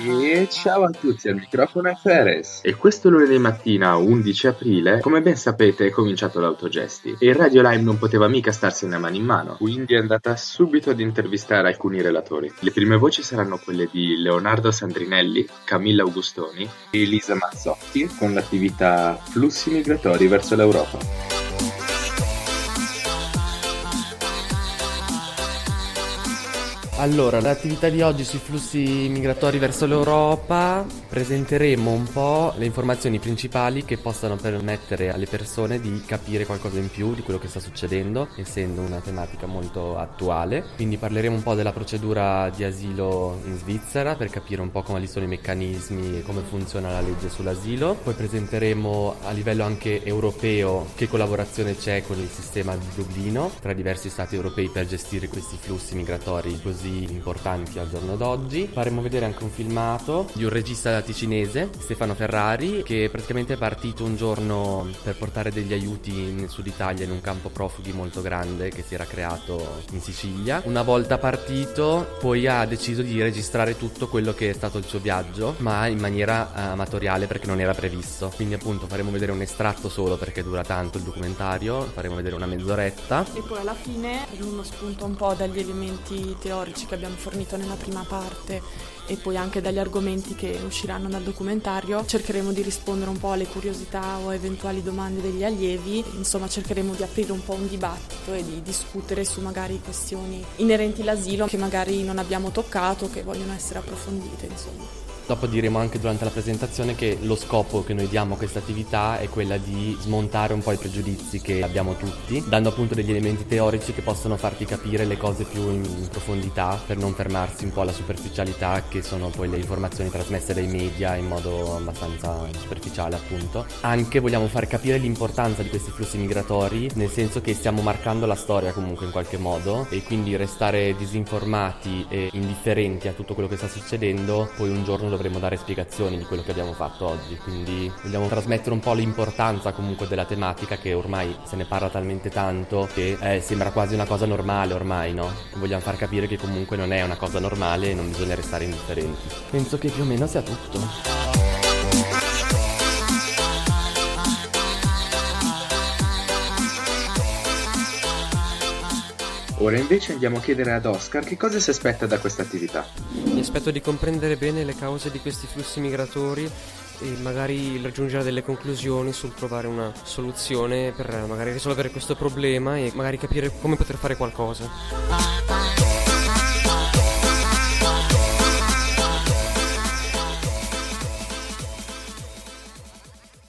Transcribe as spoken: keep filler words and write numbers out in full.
E ciao a tutti, al microfono è Feres. E questo lunedì mattina, undici aprile, come ben sapete, è cominciato l'Autogesti e Radio Lime non poteva mica starsene a mano in mano, quindi è andata subito ad intervistare alcuni relatori. Le prime voci saranno quelle di Leonardo Sandrinelli, Camilla Augustoni e Elisa Mazzotti con l'attività Flussi migratori verso l'Europa. Allora, l'attività di oggi sui flussi migratori verso l'Europa, presenteremo un po' le informazioni principali che possano permettere alle persone di capire qualcosa in più di quello che sta succedendo, essendo una tematica molto attuale. Quindi parleremo un po' della procedura di asilo in Svizzera per capire un po' quali sono i meccanismi e come funziona la legge sull'asilo. Poi presenteremo a livello anche europeo che collaborazione c'è con il sistema di Dublino tra diversi stati europei per gestire questi flussi migratori così importanti al giorno d'oggi. Faremo vedere anche un filmato di un regista ticinese, Stefano Ferrari, che praticamente è partito un giorno per portare degli aiuti nel sud Italia in un campo profughi molto grande che si era creato in Sicilia. Una volta partito poi ha deciso di registrare tutto quello che è stato il suo viaggio, ma in maniera amatoriale perché non era previsto. Quindi appunto faremo vedere un estratto solo perché dura tanto il documentario, faremo vedere una mezz'oretta e poi alla fine uno spunto un po' dagli elementi teorici che abbiamo fornito nella prima parte e poi anche dagli argomenti che usciranno dal documentario. Cercheremo di rispondere un po' alle curiosità o eventuali domande degli allievi. Insomma, cercheremo di aprire un po' un dibattito e di discutere su magari questioni inerenti all'asilo che magari non abbiamo toccato, che vogliono essere approfondite, insomma. Dopo diremo anche durante la presentazione che lo scopo che noi diamo a questa attività è quella di smontare un po' i pregiudizi che abbiamo tutti, dando appunto degli elementi teorici che possono farti capire le cose più in, in profondità per non fermarsi un po' alla superficialità che sono poi le informazioni trasmesse dai media in modo abbastanza superficiale appunto. Anche vogliamo far capire l'importanza di questi flussi migratori, nel senso che stiamo marcando la storia comunque in qualche modo e quindi restare disinformati e indifferenti a tutto quello che sta succedendo poi un giorno dovremo dare spiegazioni di quello che abbiamo fatto oggi, quindi vogliamo trasmettere un po' l'importanza comunque della tematica che ormai se ne parla talmente tanto che eh, sembra quasi una cosa normale ormai, no? Vogliamo far capire che comunque non è una cosa normale e non bisogna restare indifferenti. Penso che più o meno sia tutto. Ora invece andiamo a chiedere ad Oscar che cosa si aspetta da questa attività. Mi aspetto di comprendere bene le cause di questi flussi migratori e magari raggiungere delle conclusioni sul trovare una soluzione per magari risolvere questo problema e magari capire come poter fare qualcosa.